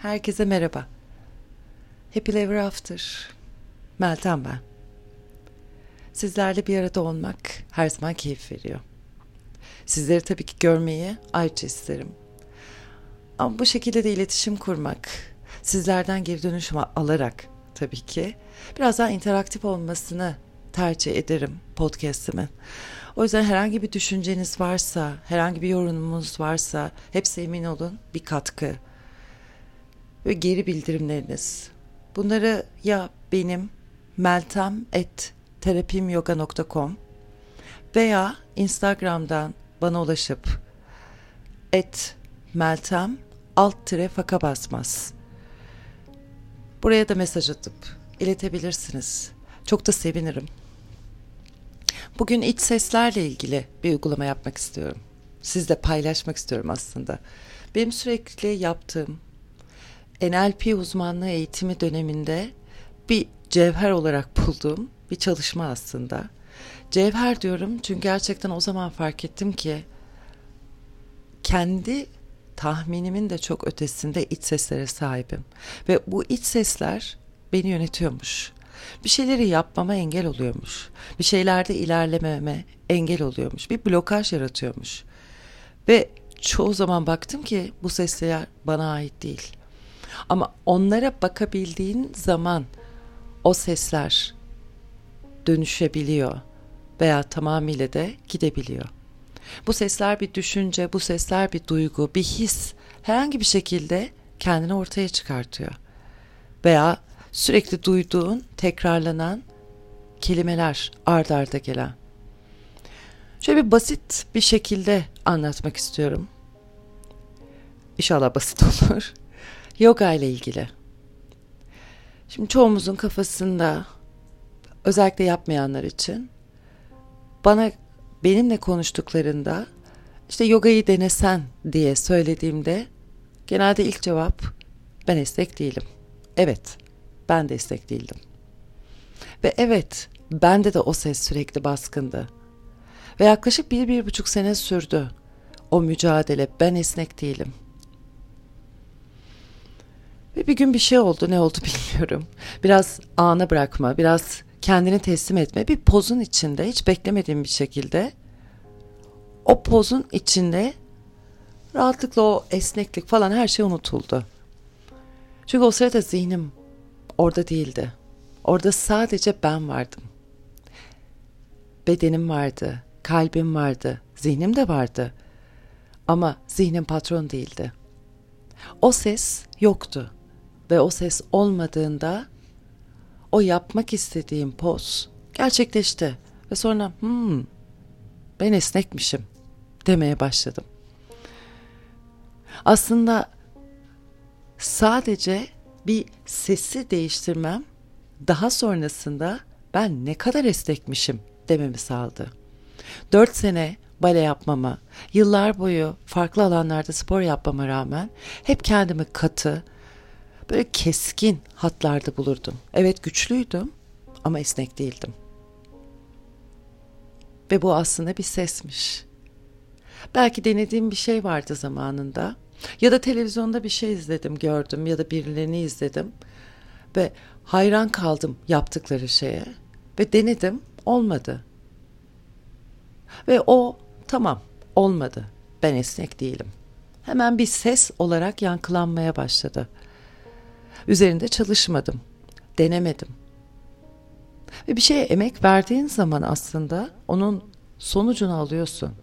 Herkese merhaba. Happy Ever After. Meltem ben. Sizlerle bir arada olmak her zaman keyif veriyor. Sizleri tabii ki görmeyi ayrıca isterim. Ama bu şekilde de iletişim kurmak, sizlerden geri dönüşüm alarak tabii ki biraz daha interaktif olmasını tercih ederim podcast'imin. O yüzden herhangi bir düşünceniz varsa, herhangi bir yorumunuz varsa hepsi emin olun bir katkı ve geri bildirimleriniz. Bunları ya benim meltem@terapimyoga.com veya Instagram'dan bana ulaşıp @meltem_fakabasmaz buraya da mesaj atıp iletebilirsiniz. Çok da sevinirim. Bugün iç seslerle ilgili bir uygulama yapmak istiyorum. Sizle paylaşmak istiyorum aslında. Benim sürekli yaptığım NLP uzmanlığı eğitimi döneminde bir cevher olarak bulduğum bir çalışma aslında. Cevher diyorum çünkü gerçekten o zaman fark ettim ki kendi tahminimin de çok ötesinde iç seslere sahibim. Ve bu iç sesler beni yönetiyormuş. Bir şeyleri yapmama engel oluyormuş. Bir şeylerde ilerlememe engel oluyormuş. Bir blokaj yaratıyormuş. Ve çoğu zaman baktım ki bu sesler bana ait değil. Ama onlara bakabildiğin zaman o sesler dönüşebiliyor veya tamamıyla da gidebiliyor. Bu sesler bir düşünce, bu sesler bir duygu, bir his herhangi bir şekilde kendini ortaya çıkartıyor. Veya sürekli duyduğun, tekrarlanan kelimeler ard arda gelen. Şöyle bir basit bir şekilde anlatmak istiyorum. İnşallah basit olur. Yoga ile ilgili. Şimdi çoğumuzun kafasında, özellikle yapmayanlar için, benimle konuştuklarında işte yogayı denesen diye söylediğimde genelde ilk cevap ben esnek değilim. Evet, ben de esnek değildim. Ve evet, bende de o ses sürekli baskındı. Ve yaklaşık 1-1,5 sene sürdü o mücadele, ben esnek değilim. Ve bir gün bir şey oldu, ne oldu bilmiyorum. Biraz ana bırakma, biraz kendini teslim etme, bir pozun içinde hiç beklemediğim bir şekilde o pozun içinde rahatlıkla o esneklik falan her şey unutuldu. Çünkü o sırada zihnim orada değildi. Orada sadece ben vardım. Bedenim vardı, kalbim vardı, zihnim de vardı. Ama zihnim patron değildi. O ses yoktu. Ve o ses olmadığında o yapmak istediğim poz gerçekleşti. Ve sonra ben esnekmişim demeye başladım. Aslında sadece bir sesi değiştirmem daha sonrasında ben ne kadar esnekmişim dememi sağladı. 4 sene bale yapmama, yıllar boyu farklı alanlarda spor yapmama rağmen hep kendimi katı, böyle keskin hatlarda bulurdum. Evet, güçlüydüm ama esnek değildim. Ve bu aslında bir sesmiş. Belki denediğim bir şey vardı zamanında. Ya da televizyonda bir şey izledim, gördüm ya da birilerini izledim. Ve hayran kaldım yaptıkları şeye. Ve denedim, olmadı. Ve tamam, olmadı. Ben esnek değilim. Hemen bir ses olarak yankılanmaya başladı. Üzerinde çalışmadım, denemedim. Ve bir şeye emek verdiğin zaman aslında onun sonucunu alıyorsun.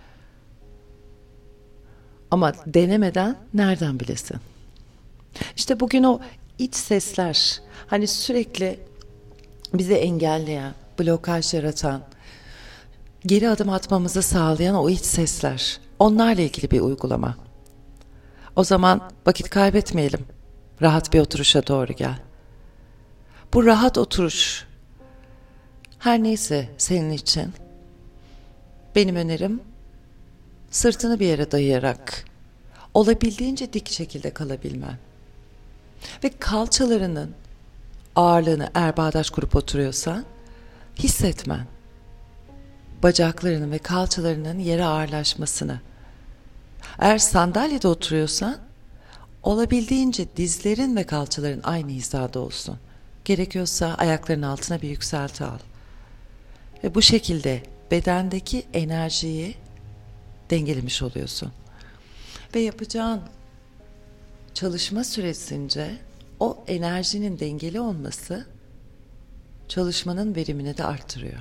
Ama denemeden nereden bilesin? İşte bugün o iç sesler, hani sürekli bizi engelleyen, blokaj yaratan, geri adım atmamızı sağlayan o iç sesler, onlarla ilgili bir uygulama. O zaman vakit kaybetmeyelim. Rahat bir oturuşa doğru gel. Bu rahat oturuş, her neyse senin için, benim önerim sırtını bir yere dayayarak olabildiğince dik şekilde kalabilmen. Ve kalçalarının ağırlığını, eğer bağdaş kurup oturuyorsan, hissetmen. Bacaklarının ve kalçalarının yere ağırlaşmasını. Eğer sandalyede oturuyorsan Olabildiğince dizlerin ve kalçaların aynı hizada olsun. Gerekiyorsa ayakların altına bir yükselti al. Ve bu şekilde bedendeki enerjiyi dengelemiş oluyorsun. Ve yapacağın çalışma süresince o enerjinin dengeli olması çalışmanın verimini de arttırıyor.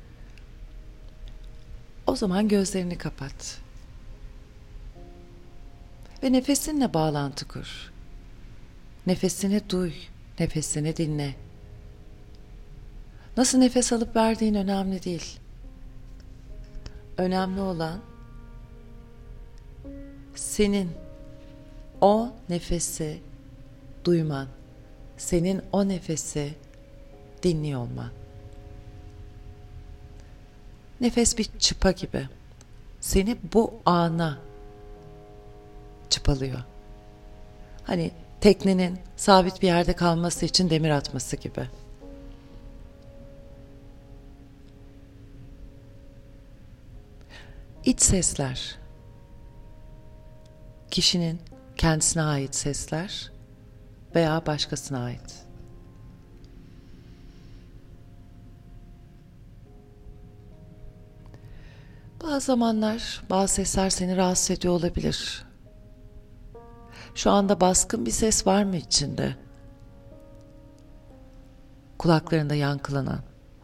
O zaman gözlerini kapat. Ve nefesinle bağlantı kur. Nefesini duy, nefesini dinle. Nasıl nefes alıp verdiğin önemli değil. Önemli olan senin o nefesi duyman, senin o nefesi dinliyor olman. Nefes bir çıpa gibi. Seni bu ana çıpalıyor. Hani teknenin sabit bir yerde kalması için demir atması gibi. İç sesler. Kişinin kendisine ait sesler veya başkasına ait. Bazı zamanlar bazı sesler seni rahatsız ediyor olabilir. Şu anda baskın bir ses var mı içinde? Kulaklarında yankılanan.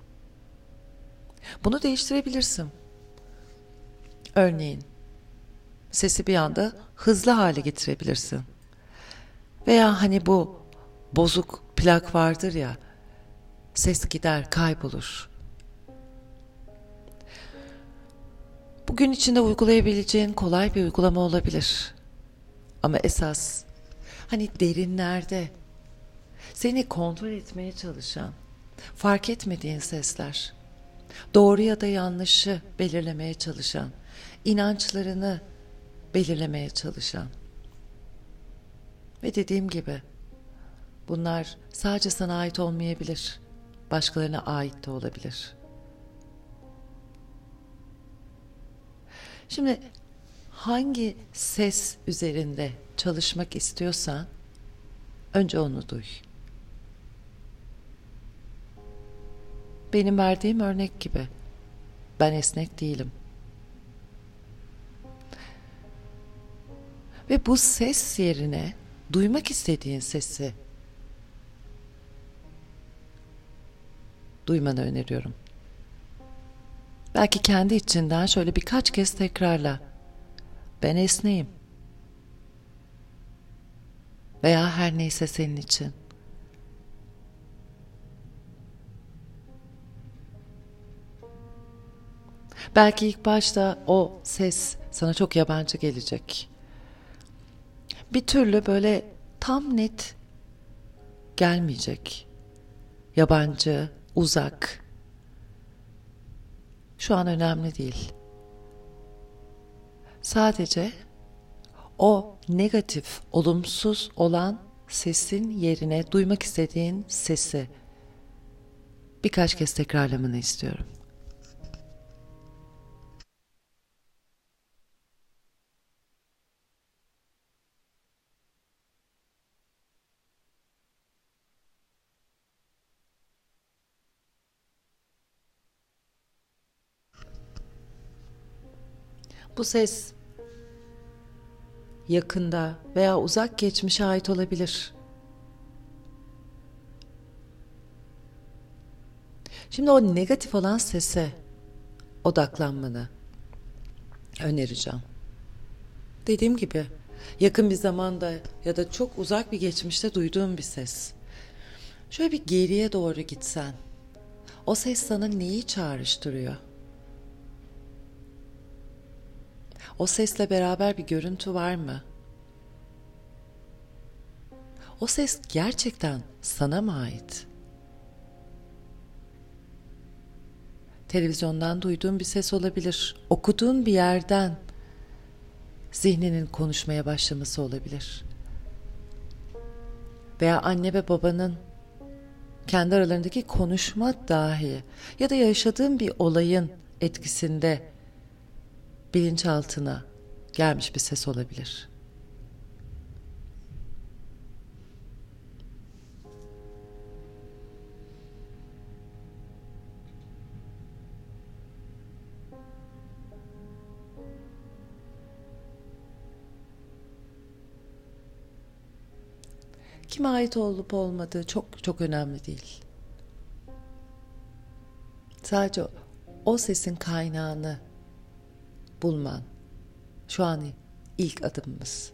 Bunu değiştirebilirsin. Örneğin, sesi bir anda hızlı hale getirebilirsin. Veya hani bu bozuk plak vardır ya, ses gider, kaybolur. Bugün içinde uygulayabileceğin kolay bir uygulama olabilir. Ama esas hani derinlerde seni kontrol etmeye çalışan, fark etmediğin sesler, doğru ya da yanlışı belirlemeye çalışan, inançlarını belirlemeye çalışan. Ve dediğim gibi bunlar sadece sana ait olmayabilir, başkalarına ait de olabilir. Şimdi hangi ses üzerinde çalışmak istiyorsan önce onu duy. Benim verdiğim örnek gibi. Ben esnek değilim. Ve bu ses yerine duymak istediğin sesi duymanı öneriyorum. Belki kendi içinden şöyle birkaç kez tekrarla. Ben esneyim. Veya her neyse senin için. Belki ilk başta o ses sana çok yabancı gelecek. Bir türlü böyle tam net gelmeyecek. Yabancı, uzak. Şu an önemli değil. Sadece o negatif, olumsuz olan sesin yerine duymak istediğin sesi birkaç kez tekrarlamanı istiyorum. Bu ses yakında veya uzak geçmişe ait olabilir. Şimdi o negatif olan sese odaklanmanı önereceğim. Dediğim gibi yakın bir zamanda ya da çok uzak bir geçmişte duyduğum bir ses. Şöyle bir geriye doğru gitsen, o ses sana neyi çağrıştırıyor? O sesle beraber bir görüntü var mı? O ses gerçekten sana mı ait? Televizyondan duyduğun bir ses olabilir. Okuduğun bir yerden zihninin konuşmaya başlaması olabilir. Veya anne ve babanın kendi aralarındaki konuşma dahi ya da yaşadığın bir olayın etkisinde bilinçaltına gelmiş bir ses olabilir. Kime ait olup olmadığı çok çok önemli değil. Sadece o sesin kaynağını bulman şu an ilk adımımız.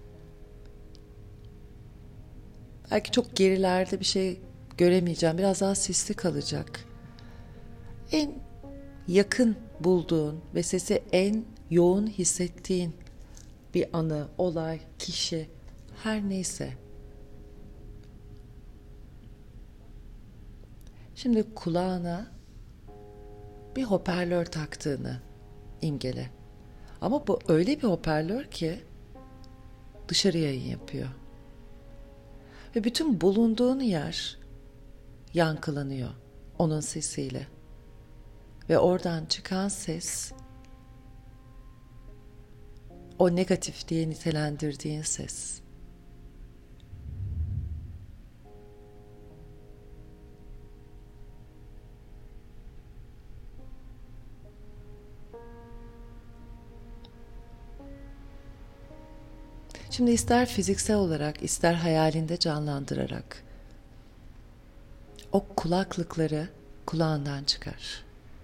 Belki çok gerilerde bir şey göremeyeceğim. Biraz daha sisli kalacak. En yakın bulduğun ve sesi en yoğun hissettiğin bir anı, olay, kişi, her neyse. Şimdi kulağına bir hoparlör taktığını imgele. Ama bu öyle bir hoparlör ki dışarı yayın yapıyor. Ve bütün bulunduğun yer yankılanıyor onun sesiyle. Ve oradan çıkan ses, o negatif diye nitelendirdiğin ses. Şimdi ister fiziksel olarak, ister hayalinde canlandırarak o kulaklıkları kulağından çıkar.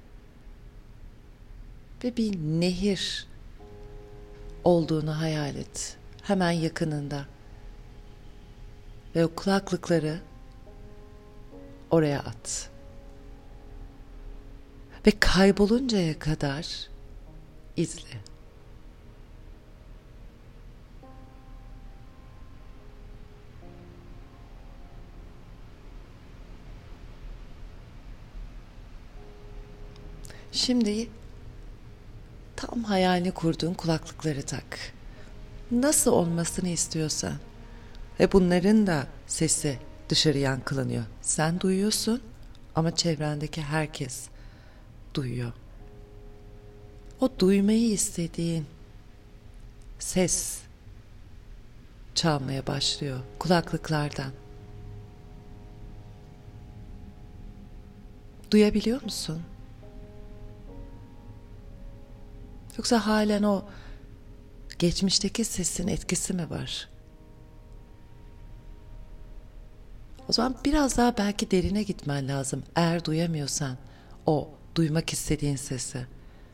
Ve bir nehir olduğunu hayal et. Hemen yakınında. Ve o kulaklıkları oraya at. Ve kayboluncaya kadar izle. Şimdi tam hayalini kurduğun kulaklıkları tak. Nasıl olmasını istiyorsan. Ve bunların da sesi dışarı yankılanıyor. Sen duyuyorsun ama çevrendeki herkes duyuyor. O duymayı istediğin ses çalmaya başlıyor kulaklıklardan. Duyabiliyor musun? Yoksa halen o geçmişteki sesin etkisi mi var? O zaman biraz daha belki derine gitmen lazım. Eğer duyamıyorsan o duymak istediğin sesi.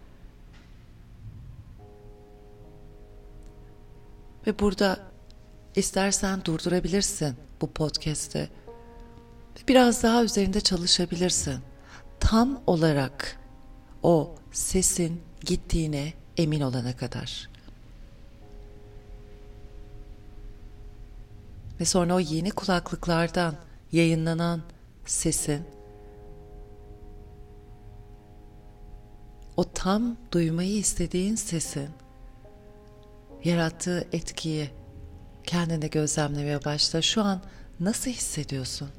Ve burada istersen durdurabilirsin bu podcast'te. Biraz daha üzerinde çalışabilirsin. Tam olarak o sesin gittiğine emin olana kadar. Ve sonra o yeni kulaklıklardan yayınlanan sesin o tam duymayı istediğin sesin yarattığı etkiyi kendine gözlemlemeye başla. Şu an nasıl hissediyorsun?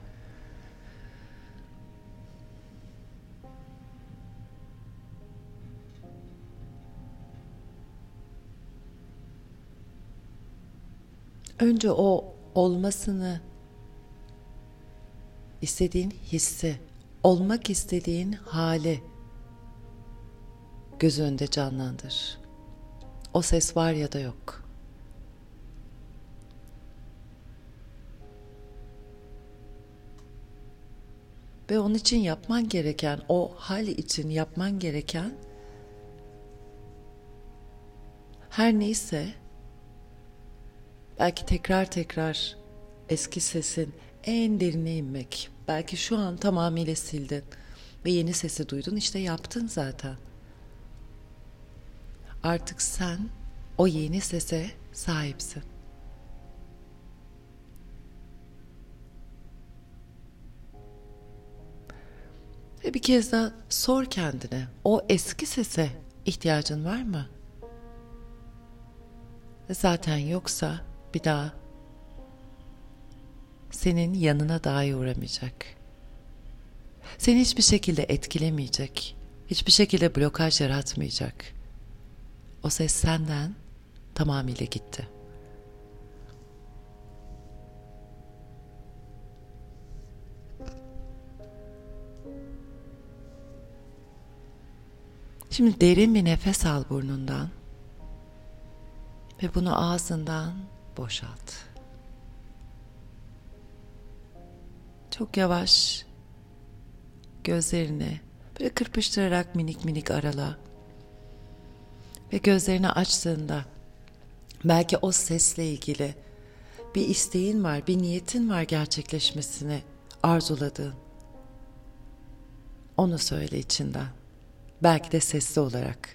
Önce o olmasını istediğin hissi, olmak istediğin hali göz önünde canlandır. O ses var ya da yok. Ve onun için yapman gereken, o hal için yapman gereken her neyse, belki tekrar tekrar eski sesin en derine inmek. Belki şu an tamamıyla sildin ve yeni sesi duydun. İşte yaptın zaten. Artık sen o yeni sese sahipsin. Ve bir kez daha sor kendine, o eski sese ihtiyacın var mı? Zaten yoksa bir daha senin yanına dahi uğramayacak. Seni hiçbir şekilde etkilemeyecek. Hiçbir şekilde blokaj yaratmayacak. O ses senden tamamıyla gitti. Şimdi derin bir nefes al burnundan ve bunu ağzından boşalt. Çok yavaş gözlerini böyle kırpıştırarak minik minik arala. Ve gözlerini açtığında belki o sesle ilgili bir isteğin var, bir niyetin var gerçekleşmesini arzuladığın. Onu söyle içinden. Belki de sesli olarak.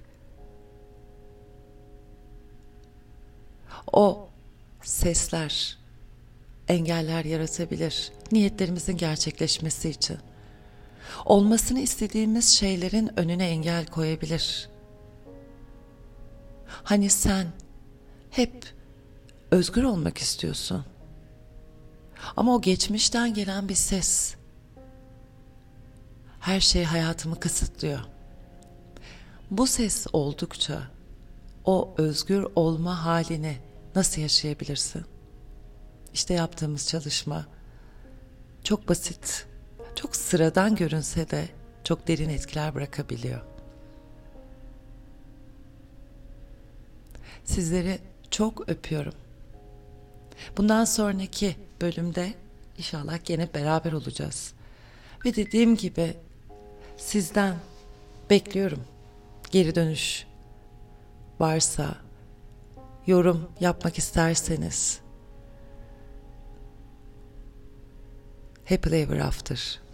O sesler engeller yaratabilir niyetlerimizin gerçekleşmesi için. Olmasını istediğimiz şeylerin önüne engel koyabilir. Hani sen hep özgür olmak istiyorsun. Ama o geçmişten gelen bir ses her şey hayatımı kısıtlıyor. Bu ses oldukça o özgür olma halini nasıl yaşayabilirsin? İşte yaptığımız çalışma çok basit, çok sıradan görünse de çok derin etkiler bırakabiliyor. Sizleri çok öpüyorum. Bundan sonraki bölümde inşallah gene beraber olacağız. Ve dediğim gibi sizden bekliyorum. Geri dönüş varsa, yorum yapmak isterseniz. Happily Ever After.